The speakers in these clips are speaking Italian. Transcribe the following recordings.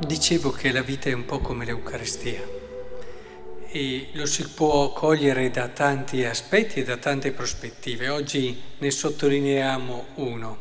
Dicevo che la vita è un po' come l'Eucaristia e lo si può cogliere da tanti aspetti e da tante prospettive. Oggi ne sottolineiamo uno,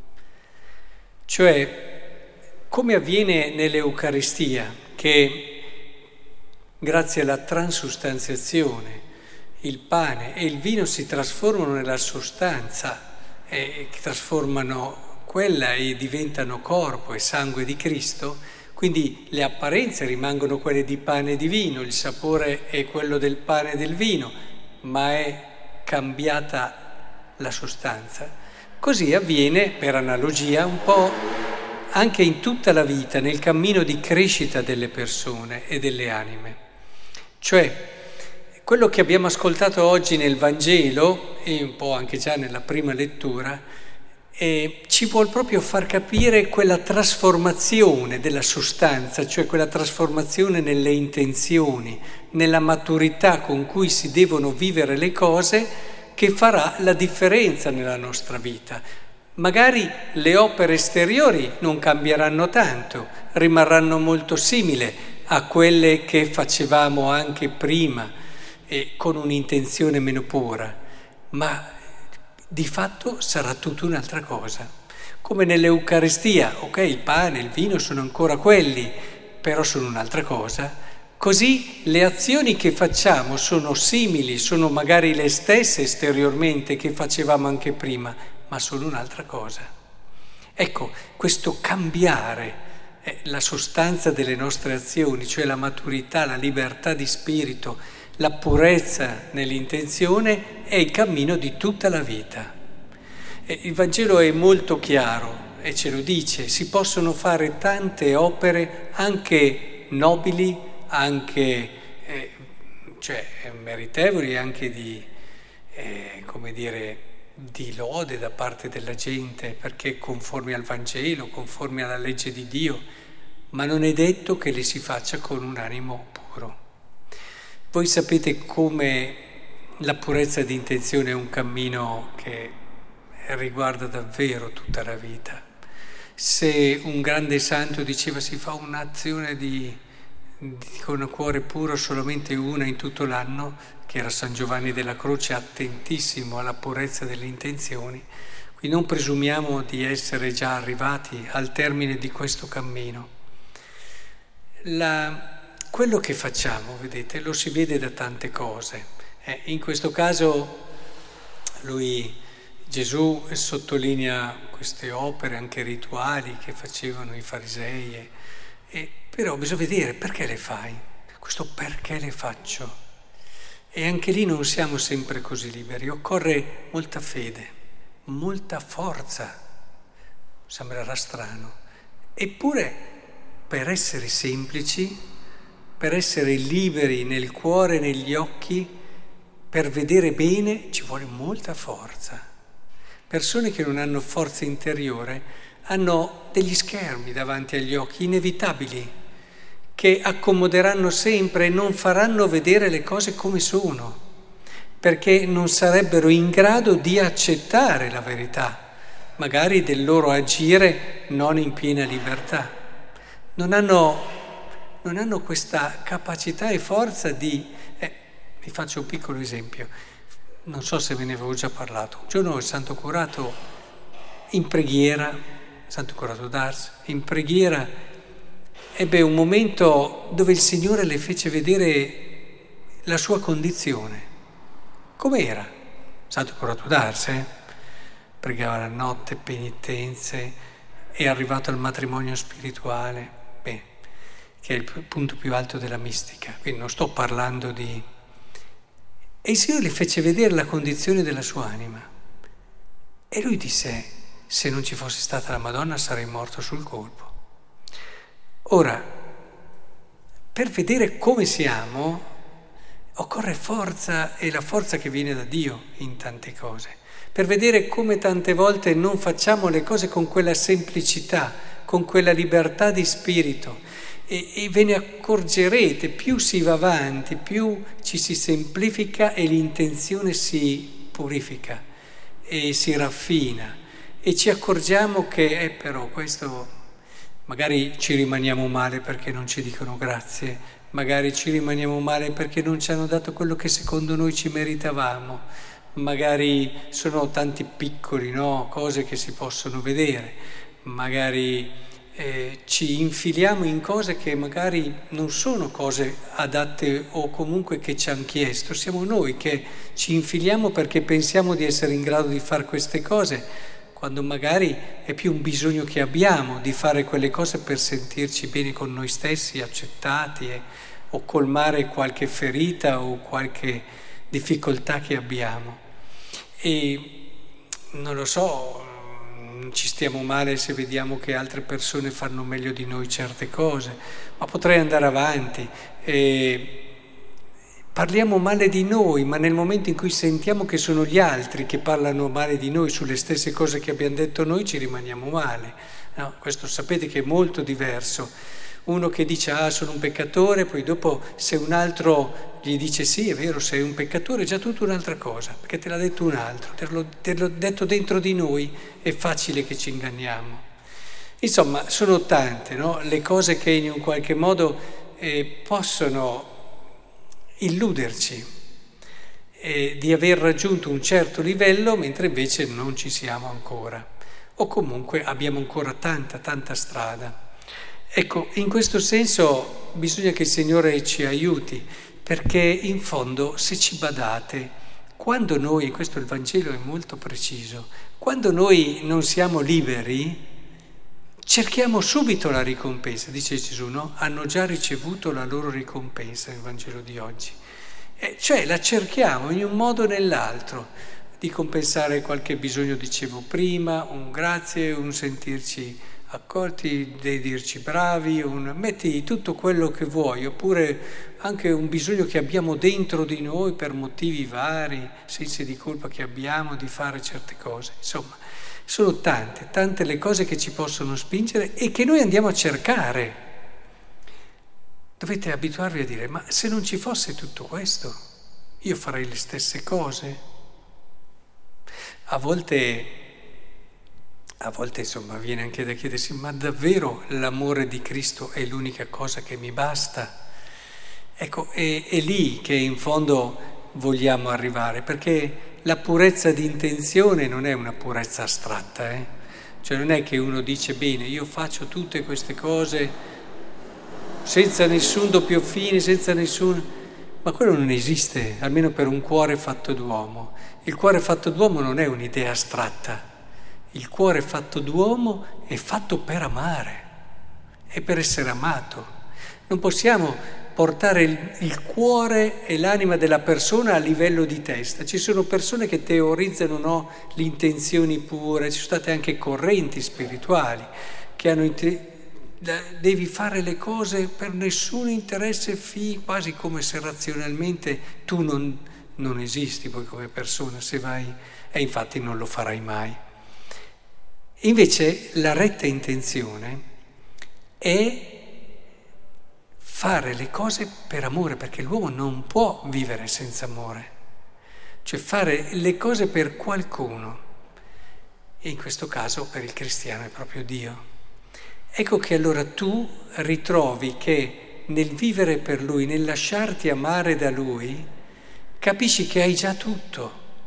cioè come avviene nell'Eucaristia che grazie alla transustanziazione il pane e il vino si trasformano nella sostanza e trasformano quella e diventano corpo e sangue di Cristo. Quindi le apparenze rimangono quelle di pane e di vino, il sapore è quello del pane e del vino, ma è cambiata la sostanza. Così avviene, per analogia, un po' anche in tutta la vita, nel cammino di crescita delle persone e delle anime. Cioè, quello che abbiamo ascoltato oggi nel Vangelo, e un po' anche già nella prima lettura, ci vuol proprio far capire quella trasformazione della sostanza, cioè quella trasformazione nelle intenzioni, nella maturità con cui si devono vivere le cose, che farà la differenza nella nostra vita. Magari le opere esteriori non cambieranno tanto, rimarranno molto simili a quelle che facevamo anche prima e con un'intenzione meno pura, ma di fatto sarà tutta un'altra cosa. Come nell'Eucaristia, ok, il pane, il vino sono ancora quelli, però sono un'altra cosa. Così le azioni che facciamo sono simili, sono magari le stesse esteriormente che facevamo anche prima, ma sono un'altra cosa. Ecco, questo cambiare la sostanza delle nostre azioni, cioè la maturità, la libertà di spirito, la purezza nell'intenzione è il cammino di tutta la vita. Il Vangelo è molto chiaro e ce lo dice, si possono fare tante opere anche nobili, anche meritevoli, anche di lode da parte della gente, perché conformi al Vangelo, conformi alla legge di Dio, ma non è detto che le si faccia con un animo puro. Voi sapete come la purezza di intenzione è un cammino che riguarda davvero tutta la vita. Se un grande santo diceva si fa un'azione con cuore puro solamente una in tutto l'anno, che era San Giovanni della Croce, attentissimo alla purezza delle intenzioni, quindi non presumiamo di essere già arrivati al termine di questo cammino. Quello che facciamo, vedete, lo si vede da tante cose. In questo caso Gesù sottolinea queste opere anche rituali che facevano i farisei, però bisogna vedere perché le fai, questo perché le faccio. E anche lì non siamo sempre così liberi, occorre molta fede, molta forza, sembrerà strano, eppure per essere semplici, per essere liberi nel cuore e negli occhi, per vedere bene ci vuole molta forza. Persone che non hanno forza interiore hanno degli schermi davanti agli occhi inevitabili che accomoderanno sempre e non faranno vedere le cose come sono, perché non sarebbero in grado di accettare la verità, magari del loro agire non in piena libertà. Non hanno questa capacità e forza di... vi faccio un piccolo esempio, non so se ve ne avevo già parlato. Un giorno il Santo Curato in preghiera, Santo Curato d'Ars, in preghiera ebbe un momento dove il Signore le fece vedere la sua condizione. Com'era? Santo Curato d'Ars, pregava la notte, penitenze, è arrivato al matrimonio spirituale, che è il punto più alto della mistica, quindi non sto parlando di... E il Signore le fece vedere la condizione della sua anima. E lui disse, se non ci fosse stata la Madonna sarei morto sul colpo. Ora, per vedere come siamo, occorre forza, e la forza che viene da Dio in tante cose. Per vedere come tante volte non facciamo le cose con quella semplicità, con quella libertà di spirito. E ve ne accorgerete, più si va avanti, più ci si semplifica e l'intenzione si purifica e si raffina e ci accorgiamo che però questo Magari ci rimaniamo male perché non ci dicono grazie, magari ci rimaniamo male perché non ci hanno dato quello che secondo noi ci meritavamo, magari sono tanti piccoli, no? Cose che si possono vedere, magari ci infiliamo in cose che magari non sono cose adatte o comunque che ci hanno chiesto, siamo noi che ci infiliamo perché pensiamo di essere in grado di fare queste cose, quando magari è più un bisogno che abbiamo di fare quelle cose per sentirci bene con noi stessi, accettati, o colmare qualche ferita o qualche difficoltà che abbiamo. E non lo so, ci stiamo male se vediamo che altre persone fanno meglio di noi certe cose, ma potrei andare avanti. Parliamo male di noi, ma nel momento in cui sentiamo che sono gli altri che parlano male di noi sulle stesse cose che abbiamo detto noi, ci rimaniamo male. No, questo sapete che è molto diverso. Uno che dice sono un peccatore, poi dopo se un altro gli dice sì, è vero, sei un peccatore, è già tutta un'altra cosa, perché te l'ha detto un altro, te l'ho detto dentro di noi, è facile che ci inganniamo. Insomma, sono tante, no? Le cose che in un qualche modo possono illuderci di aver raggiunto un certo livello, mentre invece non ci siamo ancora, o comunque abbiamo ancora tanta strada. Ecco, in questo senso bisogna che il Signore ci aiuti, perché in fondo, se ci badate, quando noi, questo il Vangelo è molto preciso, quando noi non siamo liberi, cerchiamo subito la ricompensa, dice Gesù, no? Hanno già ricevuto la loro ricompensa nel Vangelo di oggi. Cioè la cerchiamo in un modo o nell'altro, di compensare qualche bisogno, dicevo prima, un grazie, un sentirci accolti, di dirci bravi, metti tutto quello che vuoi, oppure anche un bisogno che abbiamo dentro di noi per motivi vari, sensi di colpa che abbiamo di fare certe cose. Insomma, sono tante le cose che ci possono spingere e che noi andiamo a cercare. Dovete abituarvi a dire, ma se non ci fosse tutto questo, io farei le stesse cose. A volte insomma viene anche da chiedersi, ma davvero l'amore di Cristo è l'unica cosa che mi basta? Ecco, è lì che in fondo vogliamo arrivare, perché la purezza di intenzione non è una purezza astratta, Cioè non è che uno dice, bene, io faccio tutte queste cose senza nessun doppio fine, senza nessun... Ma quello non esiste, almeno per un cuore fatto d'uomo. Il cuore fatto d'uomo non è un'idea astratta. Il cuore fatto d'uomo è fatto per amare, è per essere amato. Non possiamo portare il cuore e l'anima della persona a livello di testa. Ci sono persone che teorizzano, no, le intenzioni pure, ci sono state anche correnti spirituali che hanno devi fare le cose per nessun interesse quasi come se razionalmente tu non esisti poi come persona, se vai, e infatti non lo farai mai. Invece la retta intenzione è fare le cose per amore, perché l'uomo non può vivere senza amore, cioè fare le cose per qualcuno, e in questo caso per il cristiano è proprio Dio. Ecco che allora tu ritrovi che nel vivere per Lui, nel lasciarti amare da Lui, capisci che hai già tutto,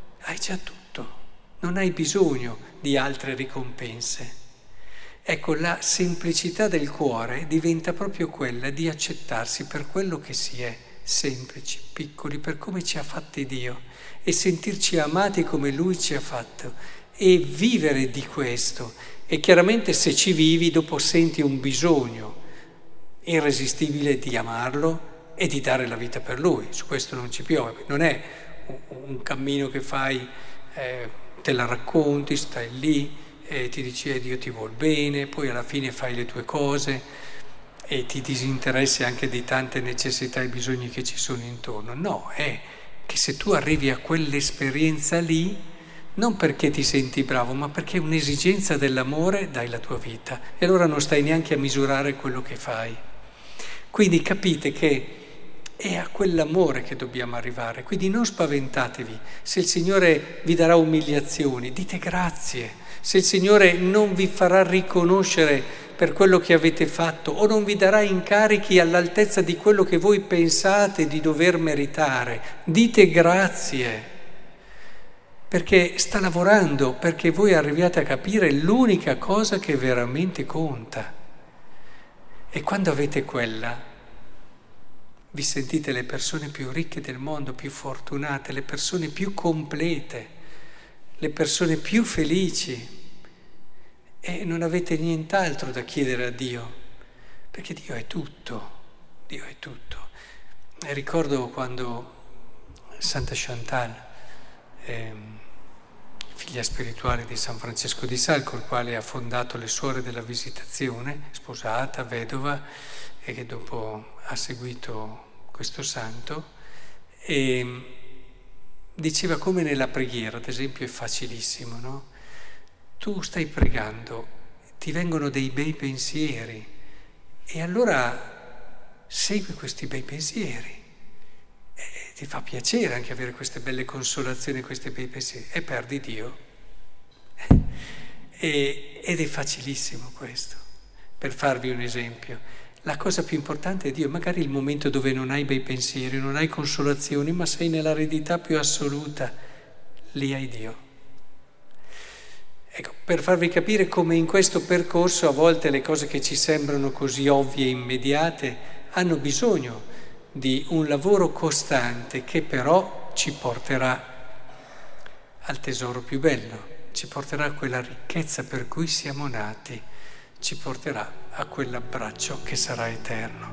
non hai bisogno di altre ricompense. Ecco, la semplicità del cuore diventa proprio quella di accettarsi per quello che si è, semplici, piccoli, per come ci ha fatti Dio, e sentirci amati come Lui ci ha fatto, e vivere di questo. E chiaramente se ci vivi, dopo senti un bisogno irresistibile di amarlo e di dare la vita per Lui. Su questo non ci piove, non è un cammino che fai, te la racconti, stai lì e ti dici Dio ti vuol bene, poi alla fine fai le tue cose e ti disinteressi anche di tante necessità e bisogni che ci sono intorno. No, è che se tu arrivi a quell'esperienza lì, non perché ti senti bravo, ma perché è un'esigenza dell'amore, dai la tua vita. E allora non stai neanche a misurare quello che fai. Quindi capite che è a quell'amore che dobbiamo arrivare. Quindi non spaventatevi. Se il Signore vi darà umiliazioni, dite grazie. Se il Signore non vi farà riconoscere per quello che avete fatto, o non vi darà incarichi all'altezza di quello che voi pensate di dover meritare. Dite grazie, perché sta lavorando, perché voi arriviate a capire l'unica cosa che veramente conta. E quando avete quella, vi sentite le persone più ricche del mondo, più fortunate, le persone più complete, le persone più felici, e non avete nient'altro da chiedere a Dio, perché Dio è tutto, Dio è tutto. E ricordo quando Santa Chantal, figlia spirituale di San Francesco di Sales, col quale ha fondato le Suore della Visitazione, sposata, vedova, e che dopo ha seguito questo santo, e diceva come nella preghiera, ad esempio, è facilissimo, no? Tu stai pregando, ti vengono dei bei pensieri e allora segui questi bei pensieri e ti fa piacere anche avere queste belle consolazioni, questi bei pensieri, e perdi Dio. Ed è facilissimo questo. Per farvi un esempio, la cosa più importante è Dio. Magari il momento dove non hai bei pensieri, non hai consolazioni, ma sei nell'aridità più assoluta, lì hai Dio. Ecco, per farvi capire come in questo percorso a volte le cose che ci sembrano così ovvie e immediate hanno bisogno di un lavoro costante che però ci porterà al tesoro più bello, ci porterà a quella ricchezza per cui siamo nati, ci porterà a quell'abbraccio che sarà eterno.